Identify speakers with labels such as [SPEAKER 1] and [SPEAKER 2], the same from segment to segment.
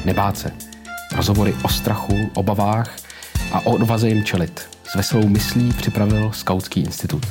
[SPEAKER 1] nebát se. Rozhovory o strachu, obavách a o odvaze jim čelit. S veselou myslí připravil Skautský institut.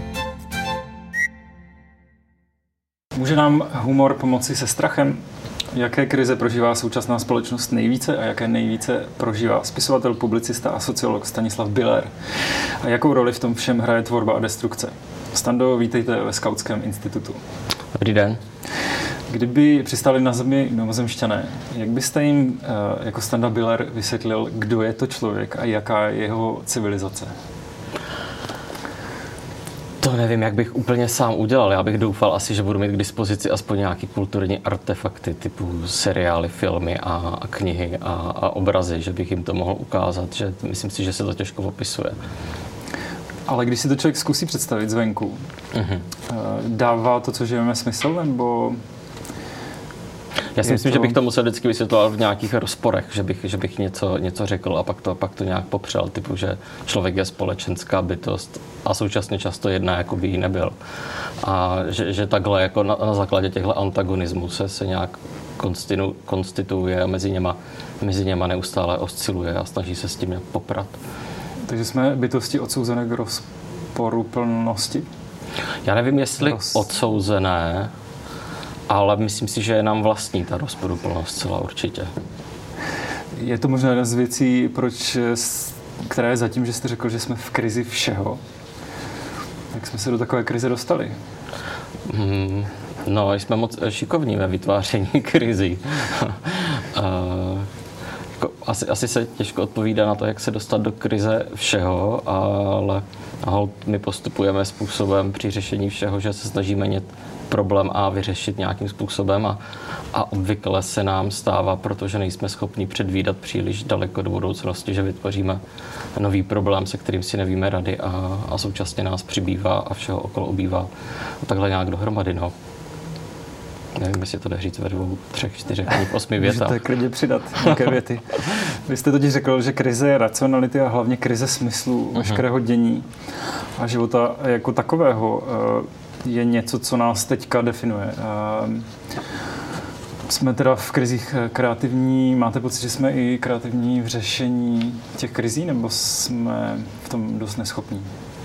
[SPEAKER 2] Může nám humor pomoci se strachem? Jaké krize prožívá současná společnost nejvíce a jaké nejvíce prožívá spisovatel, publicista a sociolog Stanislav Biller? A jakou roli v tom všem hraje tvorba a destrukce? Stando, vítejte ve Skautském institutu.
[SPEAKER 3] Dobrý den.
[SPEAKER 2] Kdyby přistáli na zemi mimozemšťané, jak byste jim jako Standa Biller vysvětlil, kdo je to člověk a jaká je jeho civilizace?
[SPEAKER 3] To nevím, jak bych úplně sám udělal. Já bych doufal asi, že budu mít k dispozici aspoň nějaký kulturní artefakty typu seriály, filmy a knihy a obrazy, že bych jim to mohl ukázat, že myslím si, že se to těžko popisuje.
[SPEAKER 2] Ale když si to člověk zkusí představit zvenku, dává to, co žijeme, smysl, nebo...
[SPEAKER 3] Já si myslím, že bych to musel vždycky vysvětlovat v nějakých rozporech, že bych něco řekl a pak to nějak popřel, typu, že člověk je společenská bytost a současně často jedná, jako by jí nebyl. A že takhle jako na základě těchto antagonismů se nějak konstituuje a mezi něma neustále osciluje a snaží se s tím nějak poprat.
[SPEAKER 2] Takže jsme bytosti odsouzené k rozporuplnosti?
[SPEAKER 3] Já nevím, jestli odsouzené, ale myslím si, že je nám vlastní ta rozporuplnost celá určitě.
[SPEAKER 2] Je to možná jedna z věcí, která je zatím, že jste řekl, že jsme v krizi všeho. Jak jsme se do takové krize dostali?
[SPEAKER 3] No, jsme moc šikovní ve vytváření krizí. Asi se těžko odpovídá na to, jak se dostat do krize všeho, ale my postupujeme způsobem při řešení všeho, že se snažíme problém A vyřešit nějakým způsobem a obvykle se nám stává, protože nejsme schopni předvídat příliš daleko do budoucnosti, že vytvoříme nový problém, se kterým si nevíme rady a současně nás přibývá a všeho okolo ubývá takhle nějak dohromady. No. Nevím, jestli to jde říct ve 2, 3, 4, 8 větách.
[SPEAKER 2] Můžete klidně přidat nějaké věty. Vy jste totiž řekl, že krize je racionality a hlavně krize smyslu veškerého dění a života jako takového je něco, co nás teďka definuje. Jsme teda v krizích kreativní. Máte pocit, že jsme i kreativní v řešení těch krizí, nebo jsme v tom dost neschopní?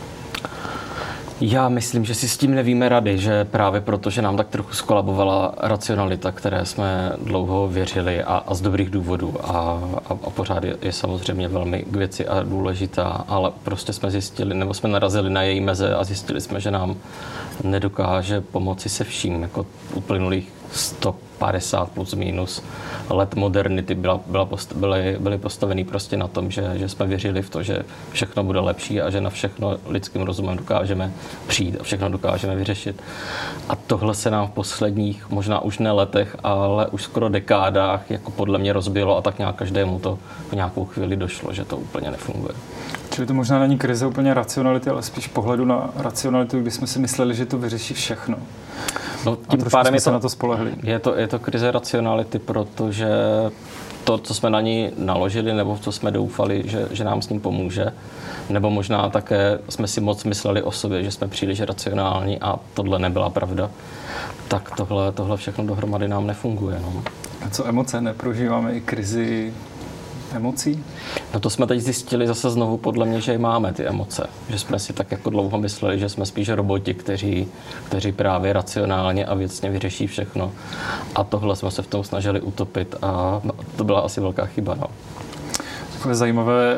[SPEAKER 3] Já myslím, že si s tím nevíme rady, že právě proto, že nám tak trochu skolabovala racionalita, které jsme dlouho věřili a z dobrých důvodů a pořád je samozřejmě velmi k věci a důležitá, ale prostě jsme zjistili, nebo jsme narazili na její meze a zjistili jsme, že nám nedokáže pomoci se vším, jako uplynulých 150 plus minus let modernity byly postaveny prostě na tom, že jsme věřili v to, že všechno bude lepší a že na všechno lidským rozumem dokážeme přijít a všechno dokážeme vyřešit. A tohle se nám v posledních, možná už ne letech, ale už skoro dekádách, jako podle mě rozbilo a tak nějak každému to v nějakou chvíli došlo, že to úplně nefunguje.
[SPEAKER 2] Čili to možná není krize úplně racionality, ale spíš pohledu na racionalitu, kdy jsme si mysleli, že to vyřeší všechno.
[SPEAKER 3] No, tím pádem
[SPEAKER 2] jsme se na to spolehli.
[SPEAKER 3] Je to krize racionality, protože to, co jsme na ní naložili, nebo v co jsme doufali, že nám s ním pomůže, nebo možná také jsme si moc mysleli o sobě, že jsme příliš racionální a tohle nebyla pravda, tak tohle všechno dohromady nám nefunguje. No.
[SPEAKER 2] A co emoce? Neprožíváme i krizi emocí?
[SPEAKER 3] No to jsme teď zjistili zase znovu podle mě, že máme ty emoce. Že jsme si tak jako dlouho mysleli, že jsme spíš roboti, kteří právě racionálně a věcně vyřeší všechno. A tohle jsme se v tom snažili utopit a to byla asi velká chyba. No.
[SPEAKER 2] Takové zajímavé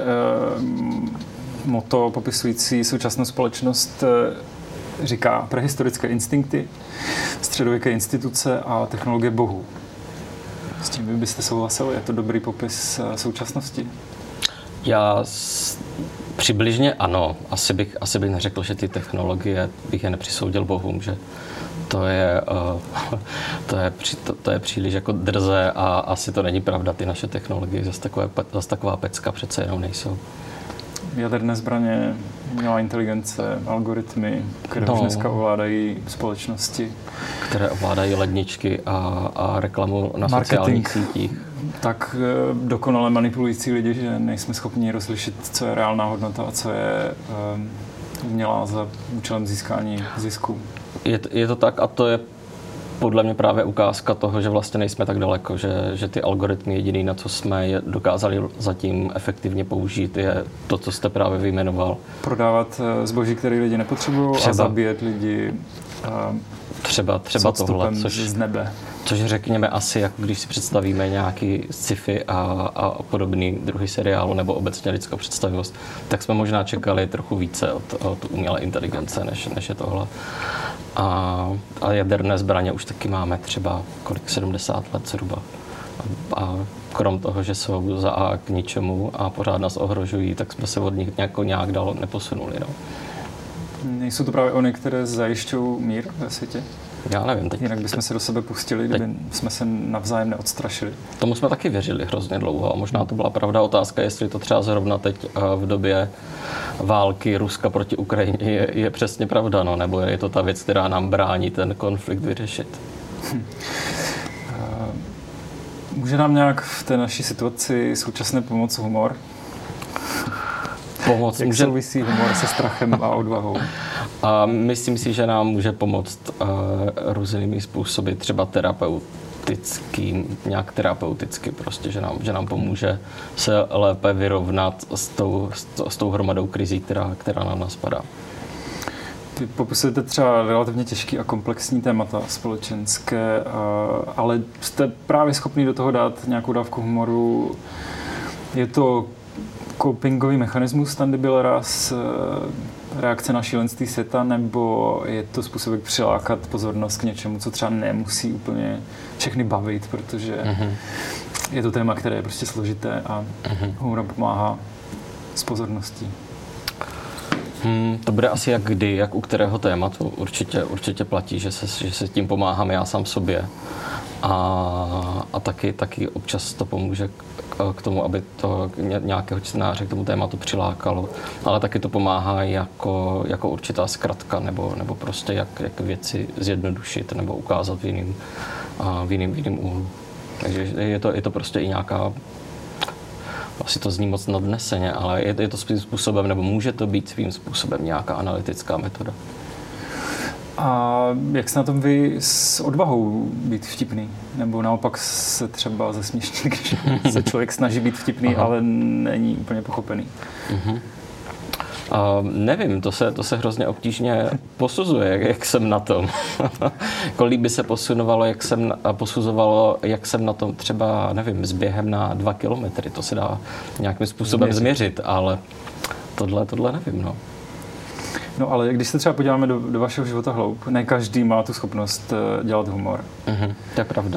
[SPEAKER 2] motto popisující současnou společnost říká prehistorické instinkty, středověké instituce a technologie bohů. S tím vy byste souhlasil? Je to dobrý popis současnosti?
[SPEAKER 3] Přibližně ano. Asi bych neřekl, že ty technologie bych je nepřisoudil bohům, že to je příliš jako drze a asi to není pravda. Ty naše technologie zase taková pecka přece jenom nejsou.
[SPEAKER 2] Jaderné zbraně, umělá inteligence, algoritmy, které už dneska ovládají společnosti.
[SPEAKER 3] Které ovládají ledničky a reklamu na sociálních sítích.
[SPEAKER 2] Tak dokonale manipulující lidi, že nejsme schopni rozlišit, co je reálná hodnota a co je umělá za účelem získání zisku.
[SPEAKER 3] Je to tak a to je podle mě právě ukázka toho, že vlastně nejsme tak daleko, že ty algoritmy jediný, na co jsme je dokázali zatím efektivně použít, je to, co jste právě vyjmenoval.
[SPEAKER 2] Prodávat zboží, které lidi nepotřebují a zabíjet lidi
[SPEAKER 3] třeba tohle, což
[SPEAKER 2] z nebe.
[SPEAKER 3] Což řekněme asi, jako když si představíme nějaký sci-fi a podobný druhy seriálu nebo obecně lidskou představivost, tak jsme možná čekali trochu více od umělé inteligence, než je tohle. A jaderné zbraně už taky máme třeba 70 let zhruba. A krom toho, že jsou za A k ničemu a pořád nás ohrožují, tak jsme se od nich nějak dál neposunuli. No.
[SPEAKER 2] Nejsou to právě ony, které zajišťují mír ve světě?
[SPEAKER 3] Já nevím. Teď,
[SPEAKER 2] jinak bychom se do sebe pustili, kdyby jsme se navzájem neodstrašili.
[SPEAKER 3] Tomu jsme taky věřili hrozně dlouho a možná to byla pravda. Otázka, jestli to třeba zrovna teď v době války Ruska proti Ukrajině je přesně pravda, no? Nebo je to ta věc, která nám brání ten konflikt vyřešit.
[SPEAKER 2] Může nám nějak v té naší situaci současné pomoci humor? Jak souvisí humor se strachem a odvahou?
[SPEAKER 3] A myslím si, že nám může pomoct různými způsoby, třeba nějak terapeuticky prostě, že nám pomůže se lépe vyrovnat s tou hromadou krizí, která na nás padá.
[SPEAKER 2] Vy popisujete třeba relativně těžký a komplexní témata společenské, ale jste právě schopný do toho dát nějakou dávku humoru. Je to copingový mechanismus Standy Billera, reakce na šílenství světa, nebo je to způsob, jak přilákat pozornost k něčemu, co třeba nemusí úplně všechny bavit, protože je to téma, které je prostě složité a humor pomáhá s pozorností.
[SPEAKER 3] To bude asi jak u kterého tématu. Určitě platí, že se tím pomáhám já sám sobě. A taky občas to pomůže k tomu, aby to nějakého čtenáře k tomu tématu přilákalo. Ale taky to pomáhá jako určitá zkratka nebo prostě jak věci zjednodušit nebo ukázat v jiným úhlu. Takže je to prostě i nějaká, asi to zní moc nadneseně, ale je to svým způsobem, nebo může to být svým způsobem nějaká analytická metoda.
[SPEAKER 2] A jak se na tom vy s odvahou být vtipný? Nebo naopak se třeba zesměšnit, když se člověk snaží být vtipný, ale není úplně pochopený?
[SPEAKER 3] Nevím, to se hrozně obtížně posuzuje, jak jsem na tom. Kolik by se posuzovalo, jak jsem na tom třeba, nevím, s během na 2 kilometry. To se dá nějakým způsobem změřit, ale tohle nevím, no.
[SPEAKER 2] No ale když se třeba podíváme do vašeho života hloub, ne každý má tu schopnost dělat humor.
[SPEAKER 3] To je pravda.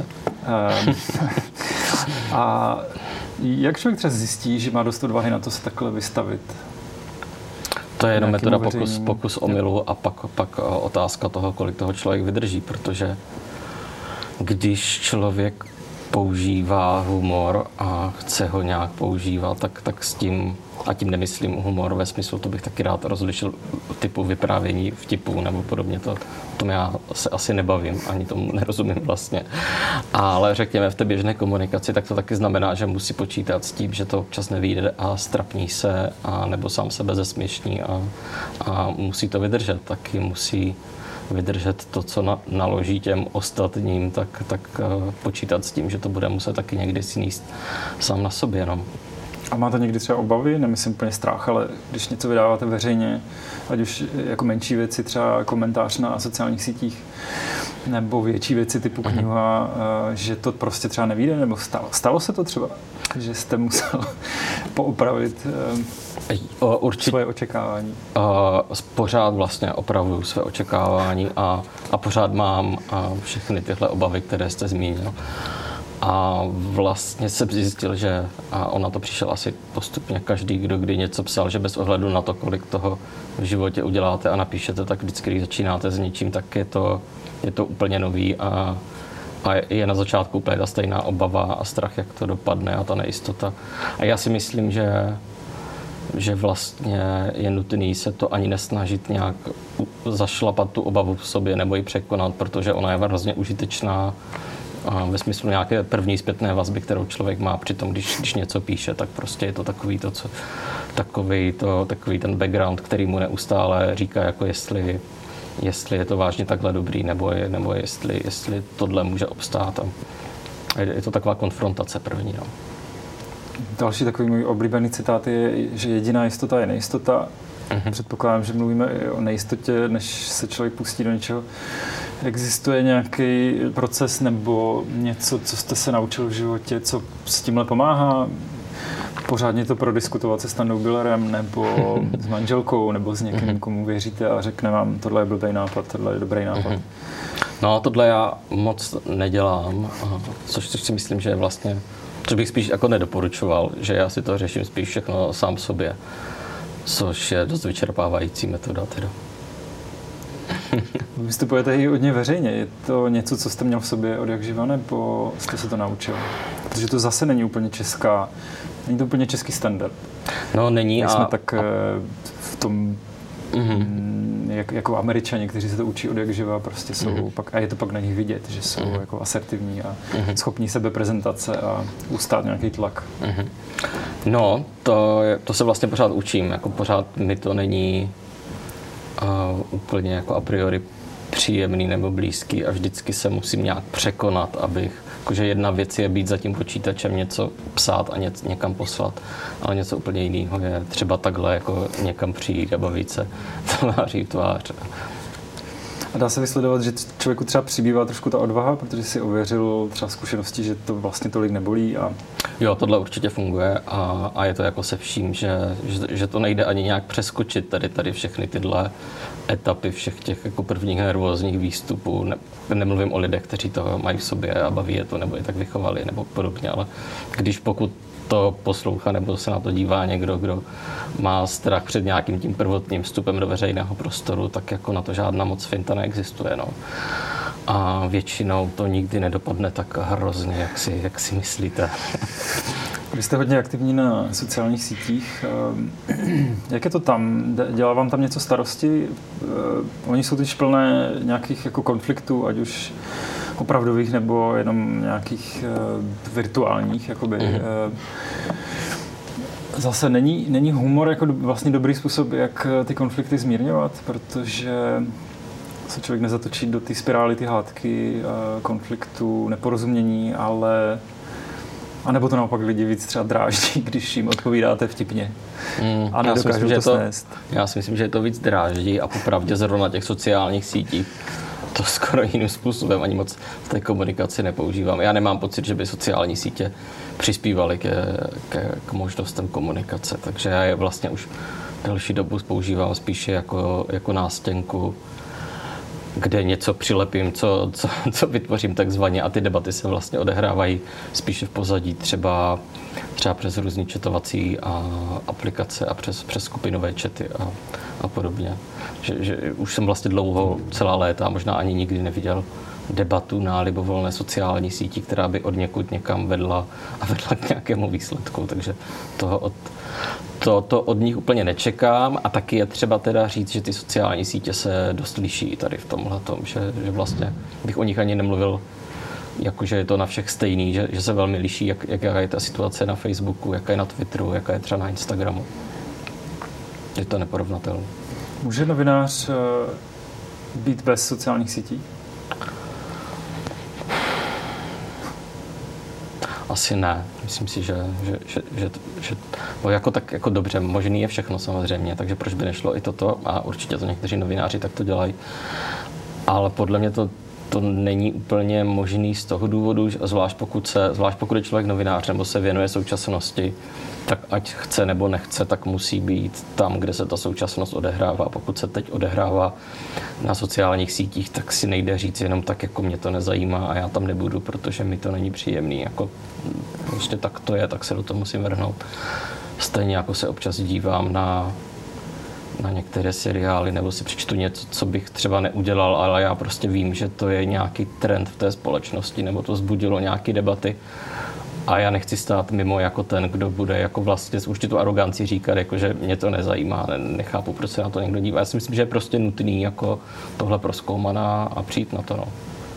[SPEAKER 2] A jak člověk třeba zjistí, že má dost odvahy na to se takhle vystavit?
[SPEAKER 3] To je jenom metoda pokus omylu a pak otázka toho, kolik toho člověk vydrží, protože když člověk používá humor a chce ho nějak používat, tak s tím, a tím nemyslím humor ve smyslu, to bych taky rád rozlišil typu vyprávění vtipů nebo podobně, tom já se asi nebavím, ani tomu nerozumím vlastně. Ale řekněme v té běžné komunikaci, tak to taky znamená, že musí počítat s tím, že to občas nevyjde a strapní se, a nebo sám sebe zesměšní a musí to vydržet, taky musí vydržet to, co naloží těm ostatním, tak počítat s tím, že to bude muset taky někdy sníst sám na sobě. No.
[SPEAKER 2] A máte někdy třeba obavy, nemyslím úplně strach, ale když něco vydáváte veřejně, ať už jako menší věci, třeba komentář na sociálních sítích, nebo větší věci typu kniha, že to prostě třeba nevyjde, nebo stalo se to třeba, že jste musel poopravit svoje očekávání?
[SPEAKER 3] Pořád vlastně opravuju své očekávání a pořád mám všechny tyhle obavy, které jste zmínil. A vlastně jsem zjistil, že on na to přišel asi postupně každý, kdo kdy něco psal, že bez ohledu na to, kolik toho v životě uděláte a napíšete, tak vždycky, když začínáte s něčím, tak je to úplně nový a je na začátku úplně ta stejná obava a strach, jak to dopadne a ta nejistota. A já si myslím, že vlastně je nutný se to ani nesnažit nějak zašlapat tu obavu v sobě nebo ji překonat, protože ona je hrozně užitečná ve smyslu nějaké první zpětné vazby, kterou člověk má při tom, když něco píše, tak prostě je to takový ten background, který mu neustále říká, jako jestli jestli je to vážně takhle dobrý, nebo jestli tohle může obstát. A je to taková konfrontace první. No.
[SPEAKER 2] Další takový můj oblíbený citát je, že jediná jistota je nejistota. Předpokládám, že mluvíme i o nejistotě, než se člověk pustí do něčeho. Existuje nějaký proces nebo něco, co jste se naučil v životě, co s tímhle pomáhá? Pořádně to prodiskutovat se Standou Billerem nebo s manželkou nebo s někým, komu věříte a řekne vám, tohle je blbý nápad, tohle je dobrý nápad.
[SPEAKER 3] No, tohle já moc nedělám, což si myslím, že je vlastně, což bych spíš jako nedoporučoval, že já si to řeším spíš všechno sám sobě, což je dost vyčerpávající metoda teda.
[SPEAKER 2] Vystupujete i hodně veřejně. Je to něco, co jste měl v sobě od jak živa, nebo jste se to naučil? Protože to zase není úplně není to úplně český standard.
[SPEAKER 3] No, není.
[SPEAKER 2] Jsme tak v tom, jako Američani, kteří se to učí od jak živa, prostě jsou pak, a je to pak na nich vidět, že jsou jako asertivní a schopní sebeprezentace a ustát nějaký tlak.
[SPEAKER 3] No, to se vlastně pořád učím, jako pořád mi to není úplně jako a priori příjemný nebo blízký a vždycky se musím nějak překonat, jakože jedna věc je být za tím počítačem, něco psát a někam poslat, ale něco úplně jiného je třeba takhle jako někam přijít a bavit se tváří v tvář.
[SPEAKER 2] A dá se vysledovat, že člověku třeba přibývá trošku ta odvaha, protože si ověřil třeba zkušenosti, že to vlastně tolik nebolí a...
[SPEAKER 3] Jo, tohle určitě funguje a je to jako se vším, že to nejde ani nějak přeskočit tady všechny tyhle etapy všech těch jako prvních nervózních výstupů. Nemluvím o lidech, kteří to mají v sobě a baví je to, nebo je tak vychovali, nebo podobně, ale pokud to poslouchá nebo se na to dívá někdo, kdo má strach před nějakým tím prvotním vstupem do veřejného prostoru, tak jako na to žádná moc finta neexistuje. No. A většinou to nikdy nedopadne tak hrozně, jak si myslíte.
[SPEAKER 2] Vy jste hodně aktivní na sociálních sítích. Jak je to tam? Dělá vám tam něco starosti? Oni jsou teď plné nějakých jako konfliktů, ať už opravdových nebo jenom nějakých virtuálních. Jakoby. Zase není humor jako vlastně dobrý způsob, jak ty konflikty zmírňovat, protože se člověk nezatočí do té spirály, ty hádky, konfliktu, neporozumění, ale a nebo to naopak lidi víc třeba dráždí, když jim odpovídáte vtipně a nedokážou to snést.
[SPEAKER 3] Já si myslím, že je to víc dráždí a popravdě zrovna těch sociálních sítích to skoro jiným způsobem ani moc v té komunikaci nepoužívám. Já nemám pocit, že by sociální sítě přispívaly k možnostem komunikace, takže já je vlastně už delší dobu používám spíše jako nástěnku, kde něco přilepím, co vytvořím takzvaně a ty debaty se vlastně odehrávají spíše v pozadí, třeba přes různý chatovací aplikace a přes skupinové chaty a podobně. Že už jsem vlastně dlouho, celá léta, možná ani nikdy neviděl debatu na libovolné sociální síti, která by od někud někam vedla k nějakému výsledku, takže to od nich úplně nečekám a taky je třeba teda říct, že ty sociální sítě se dost liší tady v tomhletom, že vlastně bych o nich ani nemluvil, jakože je to na všech stejný, že se velmi liší, jaká je ta situace na Facebooku, jaká je na Twitteru, jaká je třeba na Instagramu. Je to neporovnatelné.
[SPEAKER 2] Může novinář být bez sociálních sítí?
[SPEAKER 3] Asi ne. Myslím si, že no jako tak jako dobře, možný je všechno samozřejmě, takže proč by nešlo i toto a určitě to někteří novináři tak to dělají. Ale podle mě to není úplně možný z toho důvodu, zvlášť pokud je člověk novinář nebo se věnuje současnosti, tak ať chce nebo nechce, tak musí být tam, kde se ta současnost odehrává. Pokud se teď odehrává na sociálních sítích, tak si nejde říct jenom tak, jako mě to nezajímá a já tam nebudu, protože mi to není příjemný. Jako prostě tak to je, tak se do toho musím vrhnout. Stejně jako se občas dívám na některé seriály nebo si přečtu něco, co bych třeba neudělal, ale já prostě vím, že to je nějaký trend v té společnosti nebo to vzbudilo nějaké debaty. A já nechci stát mimo jako ten, kdo bude jako vlastně s určitou arogancí říkat, jako, že mě to nezajímá, nechápu, proč se na to někdo dívá. Já si myslím, že je prostě nutný jako tohle prozkoumat a přijít na to. No.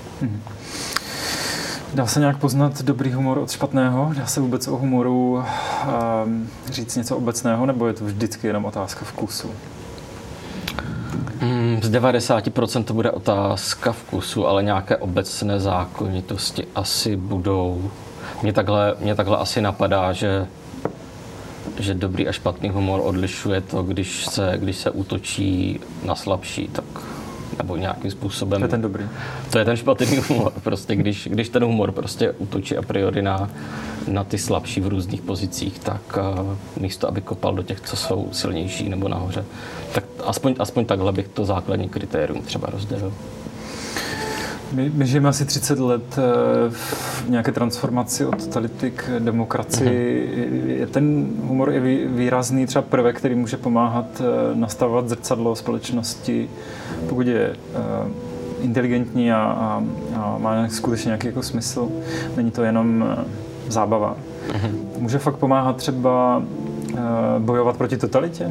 [SPEAKER 2] Dá se nějak poznat dobrý humor od špatného? Dá se vůbec o humoru říct něco obecného, nebo je to vždycky jenom otázka vkusu?
[SPEAKER 3] Z 90% to bude otázka vkusu, ale nějaké obecné zákonitosti asi budou. Mě takhle asi napadá, že dobrý a špatný humor odlišuje to, když se útočí na slabší, tak nebo nějakým způsobem.
[SPEAKER 2] To je ten dobrý.
[SPEAKER 3] To je ten špatný humor. Prostě když ten humor prostě útočí a priori na ty slabší v různých pozicích, tak místo, aby kopal do těch, co jsou silnější nebo nahoře, tak aspoň takhle bych to základní kritérium třeba rozdělil.
[SPEAKER 2] My žijeme asi 30 let v nějaké transformaci od totality k demokracii. Je ten humor je výrazný třeba prvek, který může pomáhat nastavovat zrcadlo společnosti, pokud je inteligentní a má skutečně nějaký jako smysl. Není to jenom zábava. Může fakt pomáhat třeba bojovat proti totalitě?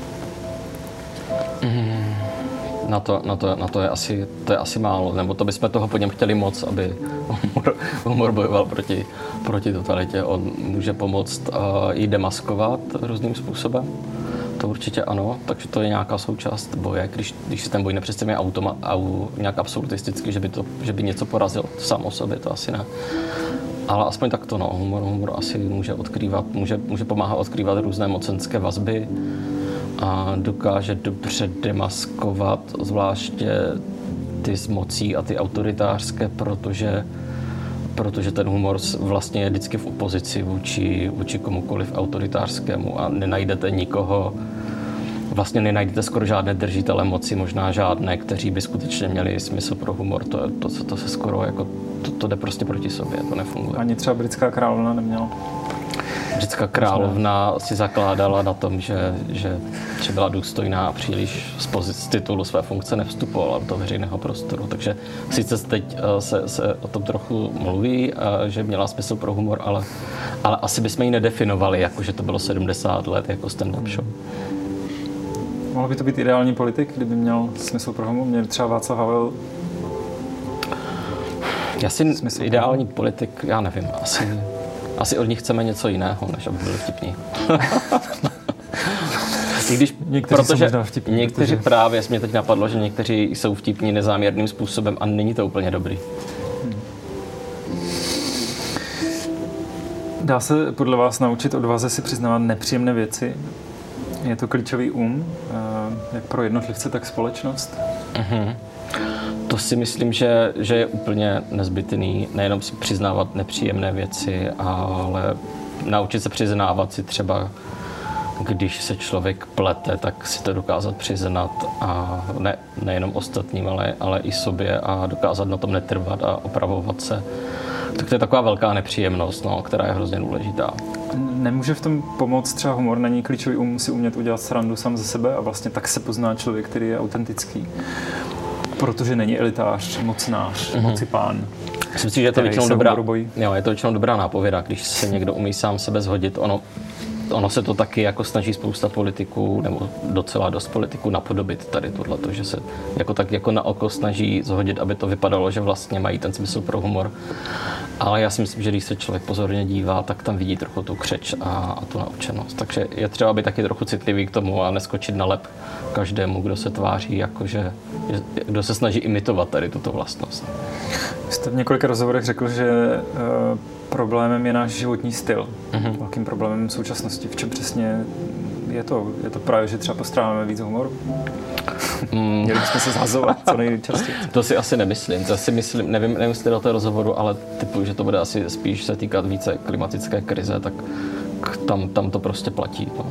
[SPEAKER 3] Na to je asi málo, nebo to bychom toho po něm chtěli moc, aby humor bojoval proti totalitě. On může pomoct ji demaskovat různým způsobem. To určitě ano, takže to je nějaká součást boje, když si ten boj nepředstavíme nějak absolutisticky, že by něco porazil sám o sobě, to asi ne. Ale aspoň takto, no, humor asi může pomáhat odkrývat různé mocenské vazby a dokáže dobře demaskovat zvláště ty s mocí a ty autoritářské, protože ten humor vlastně je vždycky v opozici vůči komukoliv autoritářskému a nenajdete nikoho, vlastně nenajdete skoro žádné držitele moci, možná žádné, kteří by skutečně měli smysl pro humor. To se skoro jako, to jde prostě proti sobě, to nefunguje.
[SPEAKER 2] Ani třeba britská královna neměla?
[SPEAKER 3] Britská královna si zakládala na tom, že byla důstojná a příliš z titulu své funkce nevstupovala do toho veřejného prostoru. Takže sice teď se o tom trochu mluví, že měla smysl pro humor, ale asi bychom ji nedefinovali, jako že to bylo 70 let jako stand-up show.
[SPEAKER 2] Mohl by to být ideální politik, kdyby měl smysl pro humor? Měl třeba Václav Havel?
[SPEAKER 3] Ideální politik, já nevím, asi od nich chceme něco jiného, než aby byli vtipní. Někteří právě, mě teď napadlo, že někteří jsou vtipní nezáměrným způsobem a není to úplně dobrý.
[SPEAKER 2] Dá se podle vás naučit odvaze si přiznávat nepříjemné věci? Je to klíčový jak pro jednotlivce, tak společnost?
[SPEAKER 3] To si myslím, že je úplně nezbytný nejenom si přiznávat nepříjemné věci, ale naučit se přiznávat si třeba, když se člověk plete, tak si to dokázat přiznat a nejenom ostatním, ale i sobě a dokázat na tom netrvat a opravovat se. Tak to je taková velká nepříjemnost, která je hrozně důležitá.
[SPEAKER 2] Nemůže v tom pomoct třeba humor? Není klíčový musí umět udělat srandu sám ze sebe a vlastně tak se pozná člověk, který je autentický. Protože není elitář, mocnář, mocipán.
[SPEAKER 3] Myslím si, že je to většinou dobrá nápověda, když se někdo umí sám sebe zhodit. Ono se to taky jako snaží spousta politiků, nebo docela dost politiků napodobit tady tohleto, že se jako na oko snaží zhodit, aby to vypadalo, že vlastně mají ten smysl pro humor. Ale já si myslím, že když se člověk pozorně dívá, tak tam vidí trochu tu křeč a tu naučenost. Takže je třeba být taky trochu citlivý k tomu a neskočit na lep každému, kdo se tváří, jakože, kdo se snaží imitovat tady tuto vlastnost.
[SPEAKER 2] Jste v několika rozhovorech řekl, že problémem je náš životní styl. Velkým problémem současnosti. V čem přesně je to? Je to právě, že třeba postrádáme víc humoru? Měli bychom se zhazovat co nejčastěji.
[SPEAKER 3] To si asi nemyslím. To si myslím, nevím jestli do toho rozhovoru, ale typu, že to bude asi spíš se týkat více klimatické krize, tak tam to prostě platí. No.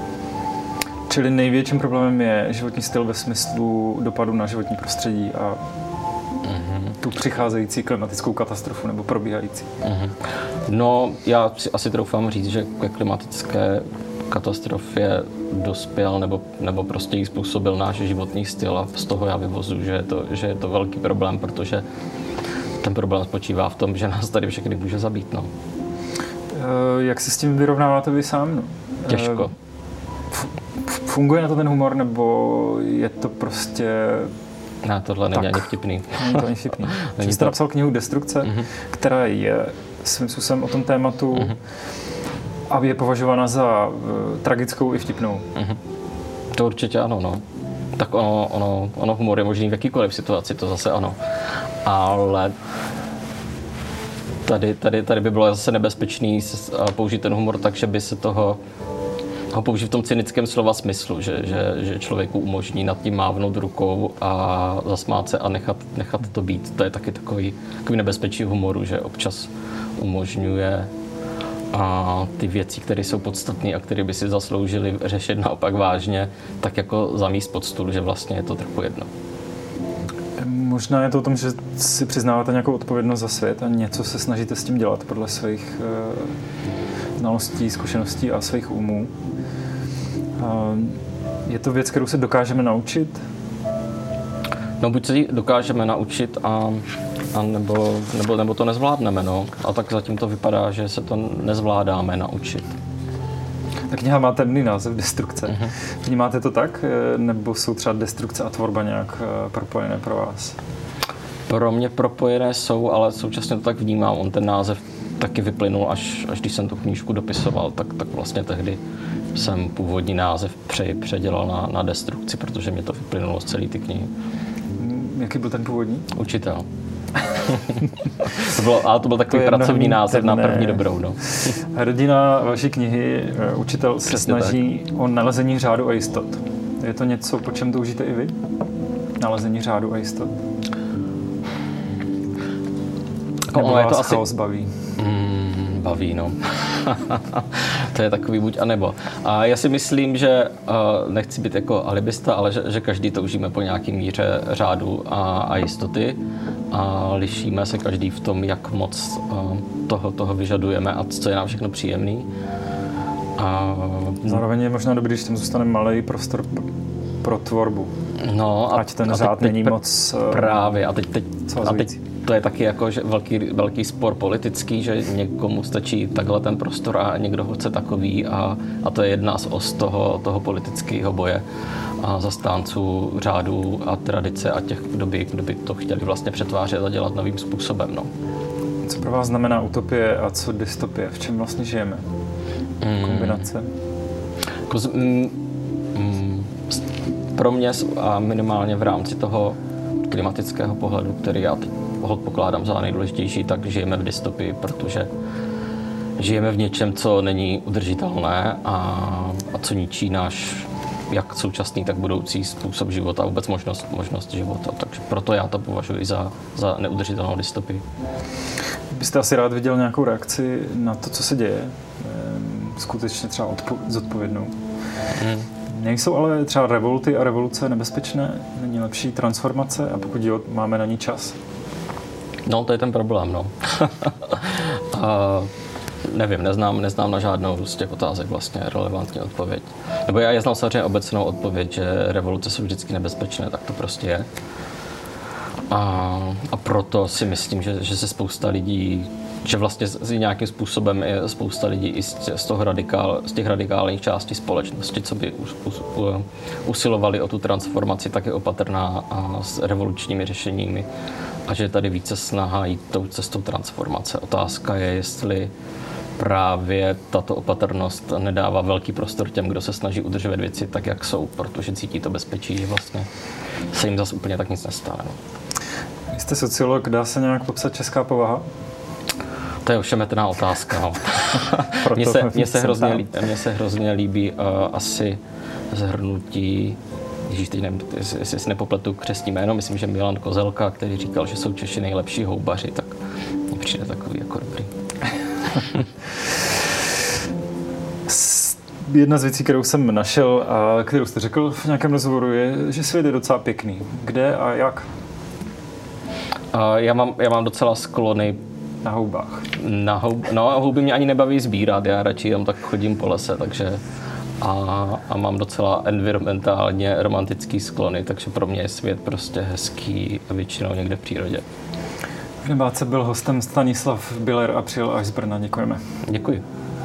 [SPEAKER 2] Čili největším problémem je životní styl ve smyslu dopadu na životní prostředí a tu přicházející klimatickou katastrofu nebo probíhající.
[SPEAKER 3] No, já si asi troufám říct, že ke klimatické katastrofě dospěl nebo prostě jí způsobil náš životní styl a z toho já vyvozu, že je to velký problém, protože ten problém spočívá v tom, že nás tady všechny může zabít. No.
[SPEAKER 2] Jak se s tím vyrovnáváte vy sám? No?
[SPEAKER 3] Těžko.
[SPEAKER 2] Funguje na to ten humor, nebo je to prostě...
[SPEAKER 3] Ne, tohle není ani vtipný.
[SPEAKER 2] Není to ani vtipný. Vy jste napsal knihu Destrukce, která je svým způsobem o tom tématu a je považována za tragickou i vtipnou.
[SPEAKER 3] To určitě ano, no. Tak ono humor je možný v jakýkoliv situaci, to zase ano. Ale tady by bylo zase nebezpečný použít ten humor tak, že by se ho použít v tom cynickém slova smyslu, že člověku umožní nad tím mávnout rukou a zasmát se a nechat to být. To je taky takový nebezpečí humoru, že občas umožňuje a ty věci, které jsou podstatné a které by si zasloužily řešit naopak vážně, tak jako zamíst pod stůl, že vlastně je to trochu jedno.
[SPEAKER 2] Možná je to o tom, že si přiznáváte nějakou odpovědnost za svět a něco se snažíte s tím dělat podle svých znalostí, zkušeností a svých umů. Je to věc, kterou se dokážeme naučit?
[SPEAKER 3] No buď se ji dokážeme naučit a nebo to nezvládneme, no. A tak zatím to vypadá, že se to nezvládáme naučit.
[SPEAKER 2] Ta kniha má temný název Destrukce. Vnímáte to tak? Nebo jsou třeba destrukce a tvorba nějak propojené pro vás?
[SPEAKER 3] Pro mě propojené jsou, ale současně to tak vnímám. On ten název taky vyplynul, až když jsem tu knížku dopisoval, tak vlastně tehdy jsem původní název předělal na Destrukci, protože mě to vyplynulo z celé ty knihy.
[SPEAKER 2] Jaký byl ten původní?
[SPEAKER 3] Učitel. To byl takový pracovní název na první dobrou. No.
[SPEAKER 2] Hrdina vaší knihy, učitel, se snaží o nalezení řádu a jistot. Je to něco, po čem toužíte i vy? Nalezení řádu a jistot? Nebo vás to chaos baví?
[SPEAKER 3] Baví, no. To je takový buď a nebo. A já si myslím, že nechci být jako alibista, ale že každý toužíme po nějaký míře řádu a jistoty. A lišíme se každý v tom, jak moc toho vyžadujeme a co je nám všechno příjemný.
[SPEAKER 2] Zároveň je možná dobrý, když tam zůstane malý prostor pro tvorbu.
[SPEAKER 3] No,
[SPEAKER 2] ať ten řád není moc
[SPEAKER 3] právě. A teď to je taky jako že velký spor politický, že někomu stačí takhle ten prostor a někdo ho chce takový a to je jedna z os toho politického boje a zastánců řádu a tradice a těch, kdo by to chtěli vlastně přetvářet a dělat novým způsobem. No.
[SPEAKER 2] Co pro vás znamená utopie a co dystopie? V čem vlastně žijeme? Kombinace?
[SPEAKER 3] Pro mě a minimálně v rámci toho klimatického pohledu, který já teď pokládám za nejdůležitější, tak žijeme v dystopii, protože žijeme v něčem, co není udržitelné a co ničí náš jak současný, tak budoucí způsob života a vůbec možnost života. Takže proto já to považuji za neudržitelnou dystopii.
[SPEAKER 2] Byste asi rád viděl nějakou reakci na to, co se děje? Skutečně třeba zodpovědnou. Nejsou ale třeba revolty a revoluce nebezpečné? Není lepší transformace a pokud jo, máme na ní čas?
[SPEAKER 3] No, to je ten problém, no. Nevím, neznám na žádnou z těch otázek vlastně relevantní odpověď. Nebo já znám samozřejmě obecnou odpověď, že revoluce jsou vždycky nebezpečné, tak to prostě je. A proto si myslím, že se spousta lidí, že vlastně nějakým způsobem je spousta lidí i z těch radikálních částí společnosti, co by usilovali o tu transformaci, tak je opatrná a s revolučními řešeními. A že je tady více snaha jít tou cestou transformace. Otázka je, jestli právě tato opatrnost nedává velký prostor těm, kdo se snaží udržovat věci tak, jak jsou, protože cítí to bezpečí, že vlastně se jim zase úplně tak nic nestane. No.
[SPEAKER 2] Vy jste sociolog, dá se nějak popsat česká povaha?
[SPEAKER 3] To je ošemetná otázka. No. Mně se hrozně líbí asi zhrnutí, když teď nevím, jestli si nepopletu křestní jméno, myslím, že Milan Kozelka, který říkal, že jsou Češi nejlepší houbaři, tak mi přijde takový jako dobrý.
[SPEAKER 2] Jedna z věcí, kterou jsem našel a kterou jste řekl v nějakém rozhovoru, je, že svět je docela pěkný. Kde a jak?
[SPEAKER 3] Já mám docela sklony
[SPEAKER 2] na houbách.
[SPEAKER 3] No, houby mě ani nebaví sbírat, já radši jenom tak chodím po lese, takže a mám docela environmentálně romantický sklony, takže pro mě je svět prostě hezký a většinou někde v přírodě.
[SPEAKER 2] V Nebáce byl hostem Stanislav Biller a přijel až z Brna. Děkujeme.
[SPEAKER 3] Děkuji.